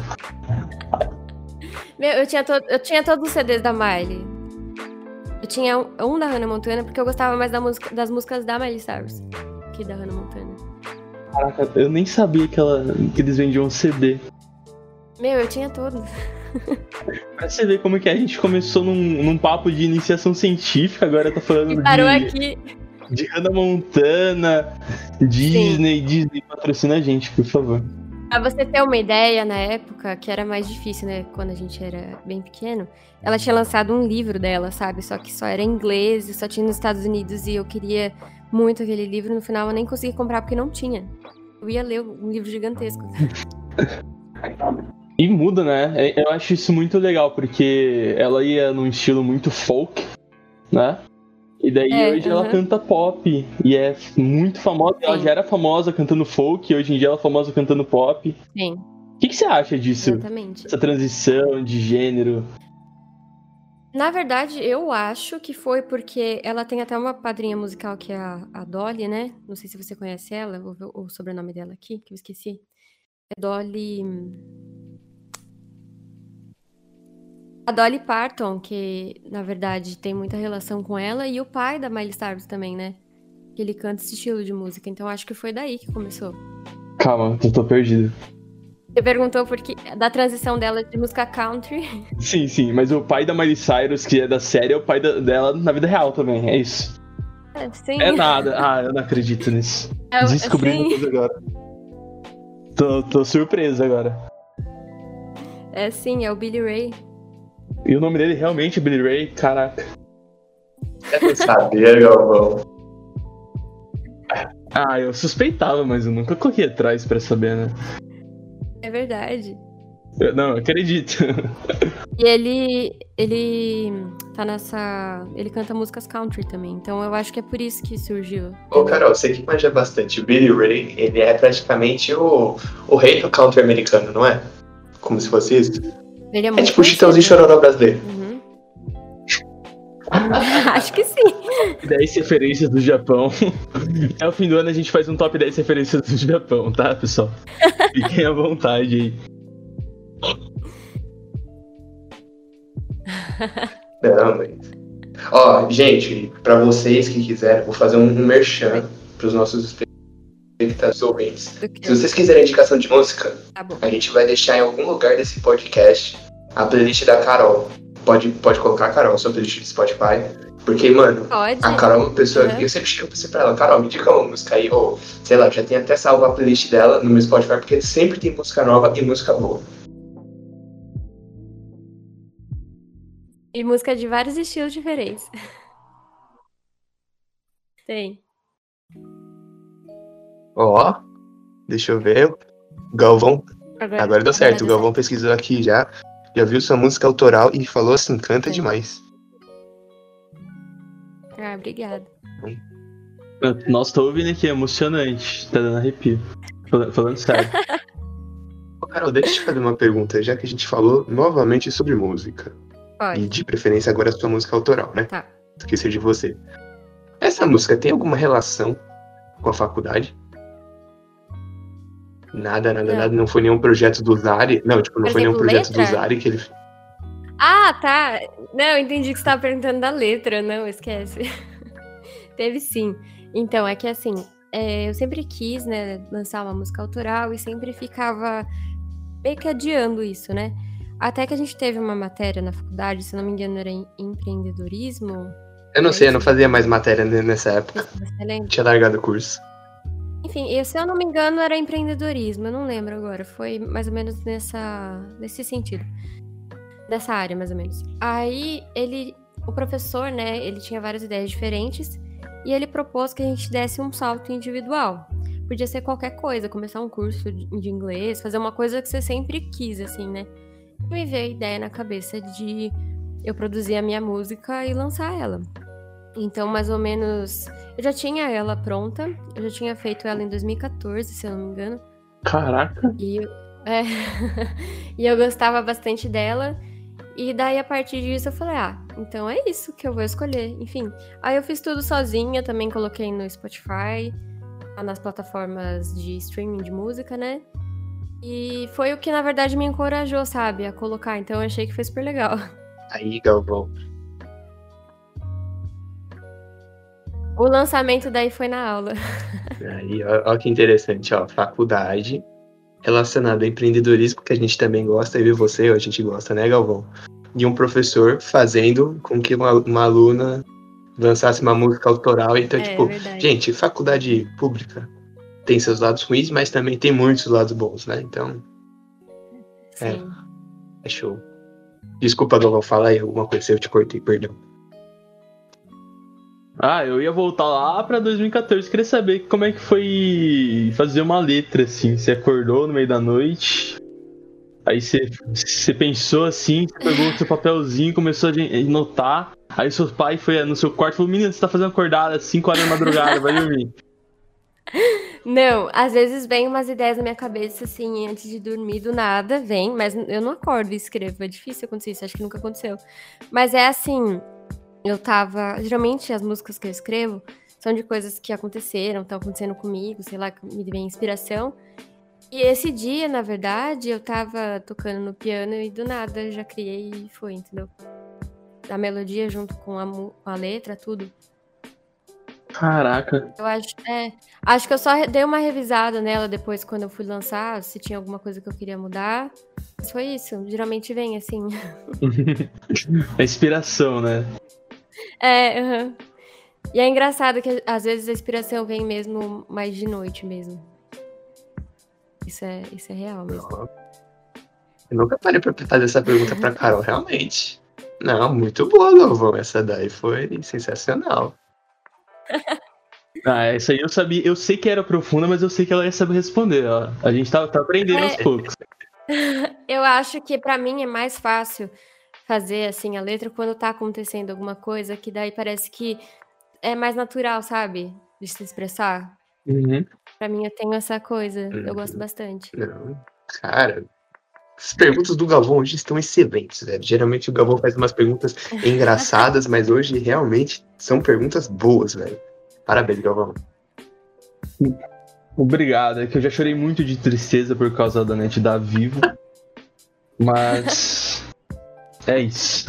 Speaker 2: Meu, eu tinha, to... eu tinha todos os C Ds da Miley. Eu tinha um, um da Hannah Montana porque eu gostava mais da música, das músicas da Miley Cyrus que da Hannah Montana.
Speaker 3: Caraca, eu nem sabia que, ela, que eles vendiam C D.
Speaker 2: Meu, eu tinha todos.
Speaker 3: Pra você ver como é que a gente começou num, num papo de iniciação científica, agora tá falando
Speaker 2: E parou
Speaker 3: de,
Speaker 2: aqui.
Speaker 3: de Hannah Montana, Disney, Sim. Disney patrocina a gente, por favor.
Speaker 2: Pra você ter uma ideia, na época, que era mais difícil, né, quando a gente era bem pequeno, ela tinha lançado um livro dela, sabe, só que só era em inglês e só tinha nos Estados Unidos e eu queria muito aquele livro, no final eu nem consegui comprar porque não tinha. Eu ia ler um livro gigantesco.
Speaker 3: E muda, né? Eu acho isso muito legal, porque ela ia num estilo muito folk, né? E daí é, hoje uh-huh. ela canta pop, e é muito famosa. Sim. Ela já era famosa cantando folk, e hoje em dia ela é famosa cantando pop.
Speaker 2: Sim.
Speaker 3: O que, que você acha disso?
Speaker 2: Exatamente.
Speaker 3: Essa transição de gênero?
Speaker 2: Na verdade, eu acho que foi porque ela tem até uma padrinha musical que é a, a Dolly, né? Não sei se você conhece ela, vou ver o sobrenome dela aqui, que eu esqueci. É Dolly... A Dolly Parton, que na verdade tem muita relação com ela, e o pai da Miley Cyrus também, né? Que ele canta esse estilo de música, então acho que foi daí que começou.
Speaker 3: Calma, eu tô perdido.
Speaker 2: Você perguntou porque da transição dela de música country.
Speaker 3: Sim, sim, mas o pai da Miley Cyrus, que é da série, é o pai da, dela na vida real também, é isso?
Speaker 2: É, sim.
Speaker 3: É nada, ah, eu não acredito nisso.
Speaker 2: É,
Speaker 3: Descobri
Speaker 2: sim.
Speaker 3: uma coisa agora. Tô, tô surpreso agora.
Speaker 2: É sim, é o Billy Ray.
Speaker 3: E o nome dele realmente é Billy Ray? Caraca.
Speaker 1: Eu sabia, Galvão.
Speaker 3: Ah, eu suspeitava, mas eu nunca corri atrás pra saber, né?
Speaker 2: É verdade.
Speaker 3: Eu, não, eu acredito.
Speaker 2: E ele, ele tá nessa... Ele canta músicas country também, então eu acho que é por isso que surgiu.
Speaker 1: Ô, Carol, você que manja bastante. O Billy Ray, ele é praticamente o, o rei do country americano, não é? Como se fosse isso.
Speaker 2: Ele é,
Speaker 1: é
Speaker 2: muito
Speaker 1: tipo o Chitãozinho Chororó brasileiro.
Speaker 2: Uhum. Acho que sim.
Speaker 3: dez referências do Japão. Até o fim do ano a gente faz um top dez referências do Japão, tá, pessoal? Fiquem à vontade aí.
Speaker 1: Não, mas... Ó, gente, pra vocês que quiserem, vou fazer um merchan pros nossos espectadores ouvintes. Se vocês quiserem indicação de música,
Speaker 2: tá bom.
Speaker 1: A gente vai deixar em algum lugar desse podcast a playlist da Carol. Pode, pode colocar a Carol, sua playlist do Spotify. Porque, mano,
Speaker 2: pode.
Speaker 1: A Carol é uma pessoa
Speaker 2: uhum.
Speaker 1: que eu sempre chego pra ela, Carol, me diga uma música aí, ou, sei lá, já tem até salvo a playlist dela no meu Spotify, porque sempre tem música nova e música boa.
Speaker 2: E música de vários estilos diferentes. Tem.
Speaker 1: Ó, deixa eu ver. Galvão.
Speaker 2: Agora,
Speaker 1: agora deu certo,
Speaker 2: agora
Speaker 1: o Galvão
Speaker 2: certo.
Speaker 1: pesquisou aqui já. Já viu sua música autoral e falou assim, canta
Speaker 2: Sim.
Speaker 1: demais.
Speaker 2: Ah, obrigada.
Speaker 3: Nossa, tô ouvindo aqui, é emocionante. Tá dando arrepio. Falando, falando sério.
Speaker 1: Ô, Carol, deixa eu te fazer uma pergunta, já que a gente falou novamente sobre música.
Speaker 2: Pode.
Speaker 1: E de preferência agora a sua música autoral, né?
Speaker 2: Tá.
Speaker 1: Esqueci de você. Essa música tem alguma relação com a faculdade? Nada, nada,
Speaker 2: Não.
Speaker 1: nada. Não foi nenhum projeto do Zari. Não, tipo, não
Speaker 2: Por
Speaker 1: foi nenhum
Speaker 2: exemplo,
Speaker 1: projeto
Speaker 2: letra?
Speaker 1: do Zari que ele...
Speaker 2: Ah, tá. Não, eu entendi que você estava perguntando da letra. Não, esquece. Teve sim. Então, é que assim, é, eu sempre quis, né, lançar uma música autoral e sempre ficava meio que adiando isso, né? Até que a gente teve uma matéria na faculdade, se não me engano era em empreendedorismo.
Speaker 1: Eu não sei, eu não fazia mais matéria nessa época.
Speaker 2: Você lembra?
Speaker 1: Tinha largado o curso.
Speaker 2: Enfim, eu, se eu não me engano era empreendedorismo, eu não lembro agora, foi mais ou menos nessa, nesse sentido. Dessa área, mais ou menos. Aí, ele, o professor, né, ele tinha várias ideias diferentes e ele propôs que a gente desse um salto individual. Podia ser qualquer coisa, começar um curso de inglês, fazer uma coisa que você sempre quis, assim, né? E me veio a ideia na cabeça de eu produzir a minha música e lançar ela. Então, mais ou menos, eu já tinha ela pronta, eu já tinha feito ela em dois mil e catorze, se eu não me engano.
Speaker 3: Caraca!
Speaker 2: E, é, e eu gostava bastante dela. E daí, a partir disso, eu falei, ah, então é isso que eu vou escolher. Enfim, aí eu fiz tudo sozinha, também coloquei no Spotify, nas plataformas de streaming de música, né? E foi o que, na verdade, me encorajou, sabe, a colocar. Então, eu achei que foi super legal.
Speaker 1: Aí, Galvão.
Speaker 2: O lançamento daí foi na aula.
Speaker 1: Aí, ó, ó que interessante, ó. Faculdade relacionada ao empreendedorismo, que a gente também gosta, eu e você, a gente gosta, né, Galvão? De um professor fazendo com que uma, uma aluna lançasse uma música autoral. Então,
Speaker 2: É,
Speaker 1: tipo,
Speaker 2: verdade.
Speaker 1: gente, faculdade pública tem seus lados ruins, mas também tem muitos lados bons, né? Então,
Speaker 2: Sim.
Speaker 1: é show. Desculpa, Galvão, fala aí alguma coisa, eu te cortei, perdão.
Speaker 3: Ah, eu ia voltar lá pra dois mil e catorze. Queria saber como é que foi fazer uma letra, assim. Você acordou no meio da noite, aí você, você pensou assim, você pegou o seu papelzinho, começou a anotar. Aí seu pai foi no seu quarto e falou, menina, você tá fazendo acordada às cinco horas da madrugada, vai dormir.
Speaker 2: Não, às vezes vem umas ideias na minha cabeça, assim, antes de dormir, do nada, vem, mas eu não acordo e escrevo. É difícil acontecer isso, acho que nunca aconteceu. Mas é assim, eu tava... Geralmente as músicas que eu escrevo são de coisas que aconteceram, estão acontecendo comigo, sei lá, que me vem inspiração. E esse dia, na verdade, eu tava tocando no piano e do nada já criei e foi, entendeu? A melodia junto com a, mu- com a letra, tudo.
Speaker 3: Caraca.
Speaker 2: Eu acho, é, acho que eu só re- dei uma revisada nela depois quando eu fui lançar, se tinha alguma coisa que eu queria mudar. Mas foi isso, geralmente vem assim.
Speaker 3: A inspiração, né?
Speaker 2: É, aham. E é engraçado que às vezes a inspiração vem mesmo mais de noite mesmo. Isso é, isso é real mesmo.
Speaker 1: Eu nunca parei pra fazer essa pergunta pra Carol, realmente. Não, muito boa, Galvão. Essa daí foi sensacional.
Speaker 3: Ah, essa aí eu sabia, eu sei que era profunda, mas eu sei que ela ia saber responder, ó. A gente tá, tá aprendendo
Speaker 2: É.
Speaker 3: aos poucos.
Speaker 2: Eu acho que pra mim é mais fácil fazer assim a letra quando tá acontecendo alguma coisa que daí parece que é mais natural, sabe? De se expressar.
Speaker 3: Uhum.
Speaker 2: Pra mim eu tenho essa coisa, eu
Speaker 1: Uhum.
Speaker 2: gosto bastante.
Speaker 1: Não, cara, as perguntas do Galvão hoje estão excelentes, velho. Geralmente o Galvão faz umas perguntas engraçadas, mas hoje realmente são perguntas boas, velho. Parabéns, Galvão.
Speaker 3: Obrigado, é que eu já chorei muito de tristeza por causa da net da Vivo. Mas é isso.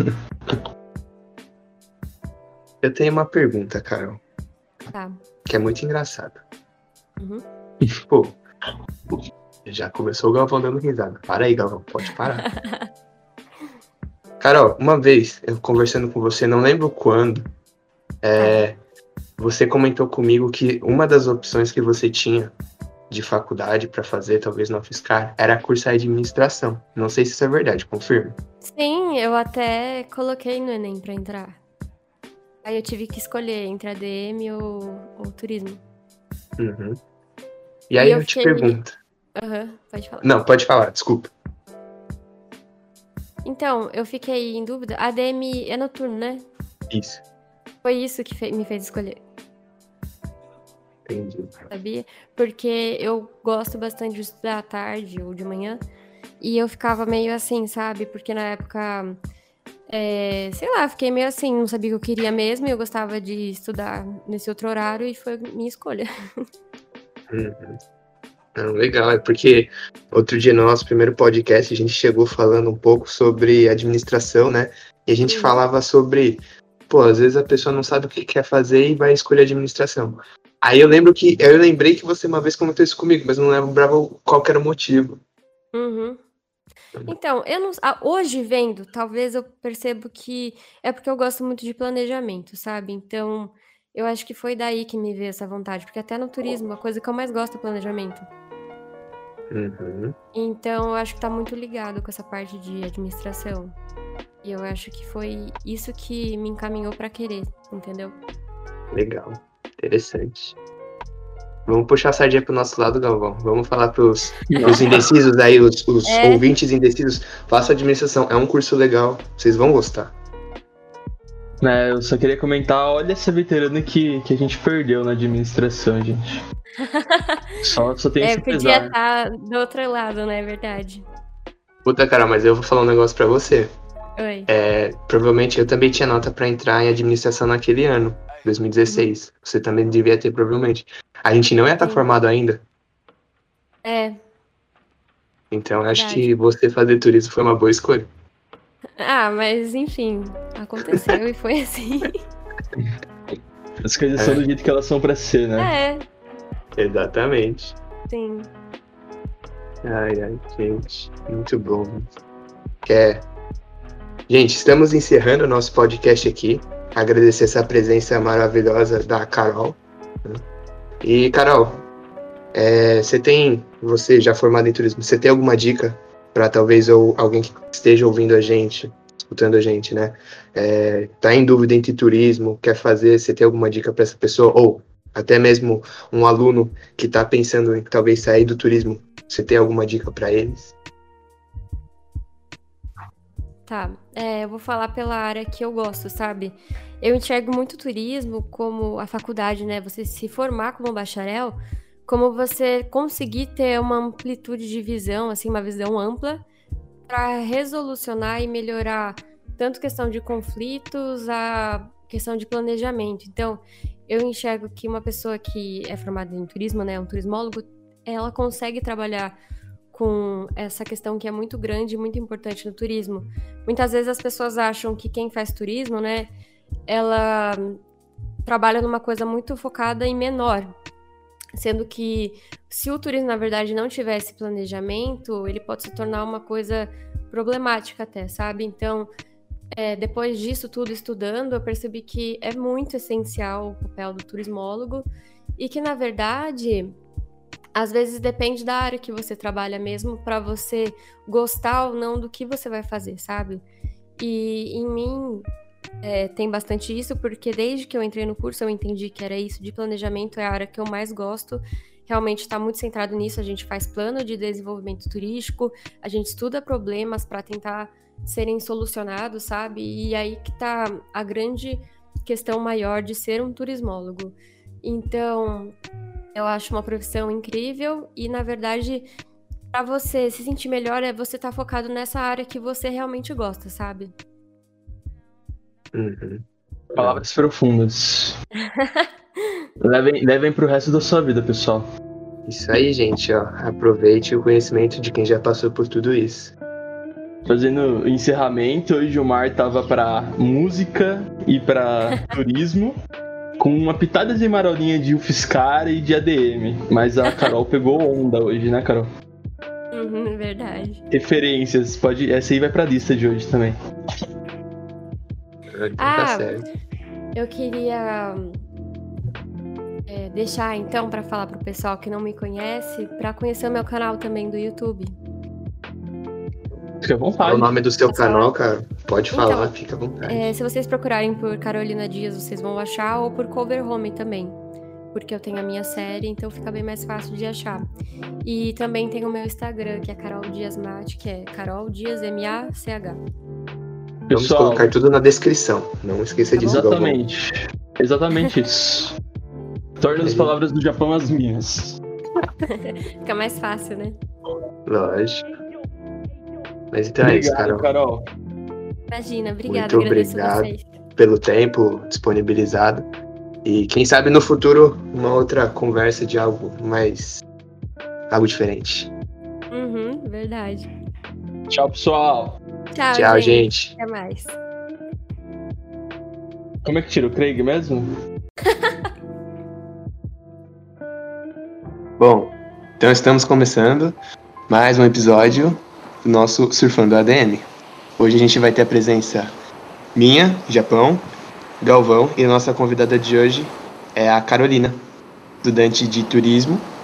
Speaker 1: Eu tenho uma pergunta, Carol,
Speaker 2: Tá.
Speaker 1: que é muito engraçada.
Speaker 2: Uhum.
Speaker 1: Pô, já começou o Galvão dando risada. Para aí, Galvão, pode parar. Carol, uma vez, eu conversando com você, não lembro quando, é, você comentou comigo que uma das opções que você tinha de faculdade para fazer, talvez na UFSCar, era cursar administração. Não sei se isso é verdade, confirma.
Speaker 2: Sim, eu até coloquei no Enem pra entrar. Aí eu tive que escolher entre A D M ou, ou turismo.
Speaker 1: Uhum. E aí
Speaker 2: E
Speaker 1: eu,
Speaker 2: eu
Speaker 1: te
Speaker 2: fiquei-
Speaker 1: pergunto.
Speaker 2: Aham, pode falar.
Speaker 1: Não, pode falar, desculpa.
Speaker 2: Então, eu fiquei em dúvida. A D M é noturno, né?
Speaker 1: Isso,
Speaker 2: Foi isso que fe- me fez escolher,
Speaker 1: entendi.
Speaker 2: sabia? Porque eu gosto bastante de estudar à tarde ou de manhã. E eu ficava meio assim, sabe? Porque na época, é, sei lá, fiquei meio assim, não sabia o que eu queria mesmo. E eu gostava de estudar nesse outro horário e foi minha escolha.
Speaker 1: Uhum. Não, legal, é porque outro dia no nosso primeiro podcast a gente chegou falando um pouco sobre administração, né? E a gente
Speaker 2: Uhum.
Speaker 1: falava sobre, pô, às vezes a pessoa não sabe o que quer fazer e vai escolher administração. Aí eu lembro que. Eu lembrei que você uma vez comentou isso comigo, mas não lembrava qual que era o motivo.
Speaker 2: Uhum. Então, eu não, hoje vendo, talvez eu percebo que é porque eu gosto muito de planejamento, sabe? Então, eu acho que foi daí que me veio essa vontade, porque até no turismo, a coisa que eu mais gosto é planejamento.
Speaker 1: Uhum.
Speaker 2: Então, eu acho que tá muito ligado com essa parte de administração. E eu acho que foi isso que me encaminhou pra querer, entendeu?
Speaker 1: Legal, interessante. Vamos puxar a sardinha pro nosso lado, Galvão. Vamos falar pros, pros indecisos aí, os, os é. ouvintes indecisos. Faça administração, é um curso legal, vocês vão gostar.
Speaker 3: É, eu só queria comentar, olha essa veterana que, que a gente perdeu na administração, gente. Só, só tem
Speaker 2: é,
Speaker 3: esse
Speaker 2: podia
Speaker 3: pesar.
Speaker 2: estar do outro lado, né? É verdade.
Speaker 1: Puta, cara, mas eu vou falar um negócio pra você.
Speaker 2: Oi.
Speaker 1: É, provavelmente eu também tinha nota pra entrar em administração naquele ano, dois mil e dezesseis. Uhum. Você também devia ter, provavelmente. A gente não ia estar formado ainda.
Speaker 2: É.
Speaker 1: Então verdade. Acho que você fazer turismo foi uma boa escolha.
Speaker 2: Ah, mas enfim, aconteceu e foi assim.
Speaker 3: As coisas é. são do jeito que elas são pra ser,
Speaker 2: né?
Speaker 1: É. Exatamente.
Speaker 2: Sim.
Speaker 1: Ai, ai, gente. Muito bom. É. Gente, estamos encerrando o nosso podcast aqui. Agradecer essa presença maravilhosa da Carol. E, Carol, é, você tem, você já formado em turismo, você tem alguma dica para talvez ou alguém que esteja ouvindo a gente, escutando a gente, né? É, tá em dúvida entre turismo, quer fazer, você tem alguma dica para essa pessoa? Ou até mesmo um aluno que está pensando em talvez sair do turismo, você tem alguma dica para eles?
Speaker 2: Tá, é, eu vou falar pela área que eu gosto, sabe? Eu enxergo muito turismo como a faculdade, né? Você se formar como bacharel, como você conseguir ter uma amplitude de visão, assim, uma visão ampla, para resolucionar e melhorar tanto questão de conflitos, a questão de planejamento. Então, eu enxergo que uma pessoa que é formada em turismo, né, um turismólogo, ela consegue trabalhar com essa questão que é muito grande e muito importante no turismo. Muitas vezes as pessoas acham que quem faz turismo, né, ela trabalha numa coisa muito focada em menor, sendo que se o turismo, na verdade, não tivesse planejamento, ele pode se tornar uma coisa problemática até, sabe? Então, é, depois disso tudo estudando, eu percebi que é muito essencial o papel do turismólogo e que, na verdade, às vezes depende da área que você trabalha mesmo para você gostar ou não do que você vai fazer, sabe? E em mim é, tem bastante isso, porque desde que eu entrei no curso eu entendi que era isso, de planejamento é a área que eu mais gosto. Realmente está muito centrado nisso, a gente faz plano de desenvolvimento turístico, a gente estuda problemas para tentar serem solucionados, sabe? E aí que tá a grande questão maior de ser um turismólogo. Então, eu acho uma profissão incrível e, na verdade, para você se sentir melhor é você estar tá focado nessa área que você realmente gosta, sabe?
Speaker 1: Uhum.
Speaker 3: Palavras profundas. levem, levem pro resto da sua vida, pessoal.
Speaker 1: Isso aí, gente, ó. Aproveite o conhecimento de quem já passou por tudo isso.
Speaker 3: Fazendo o encerramento, hoje o Mar tava pra música e pra turismo. Com uma pitada de marolinha de U F S C A R e de A D M. Mas a Carol pegou onda hoje, né, Carol?
Speaker 2: Uhum, verdade.
Speaker 3: Referências, pode... essa aí vai pra lista de hoje também.
Speaker 2: Ah, eu queria é, deixar então pra falar pro pessoal que não me conhece, pra conhecer o meu canal também do YouTube.
Speaker 3: Fica à vontade.
Speaker 1: Qual o nome do seu
Speaker 2: Posso
Speaker 1: canal,
Speaker 2: falar?
Speaker 1: cara? Pode
Speaker 2: Então,
Speaker 1: falar, fica à vontade.
Speaker 2: É, se vocês procurarem por Carolina Dias, vocês vão achar, ou por Cover Home também, porque eu tenho a minha série, então fica bem mais fácil de achar. E também tem o meu Instagram, que é Carol Dias Mate, que é Carol Dias M A C H.
Speaker 1: Vamos Pessoal, colocar tudo na descrição, não esqueça
Speaker 3: tá
Speaker 1: disso.
Speaker 3: Exatamente, exatamente isso. Torna as palavras do Japão as minhas.
Speaker 2: Fica mais fácil, né?
Speaker 1: Lógico. Mas então
Speaker 3: obrigado,
Speaker 1: é isso, Carol.
Speaker 3: Carol.
Speaker 2: Imagina, obrigada.
Speaker 1: Muito obrigado pelo tempo disponibilizado. E quem sabe no futuro uma outra conversa de algo mais... algo diferente.
Speaker 2: Uhum, verdade.
Speaker 3: Tchau, pessoal.
Speaker 2: Tchau,
Speaker 1: Tchau,
Speaker 2: gente.
Speaker 1: gente.
Speaker 2: Até mais.
Speaker 3: Como é que tira o Craig mesmo?
Speaker 1: Bom, então estamos começando mais um episódio do nosso Surfando A D M. Hoje a gente vai ter a presença minha, Japão, Galvão, e a nossa convidada de hoje é a Carolina, estudante de turismo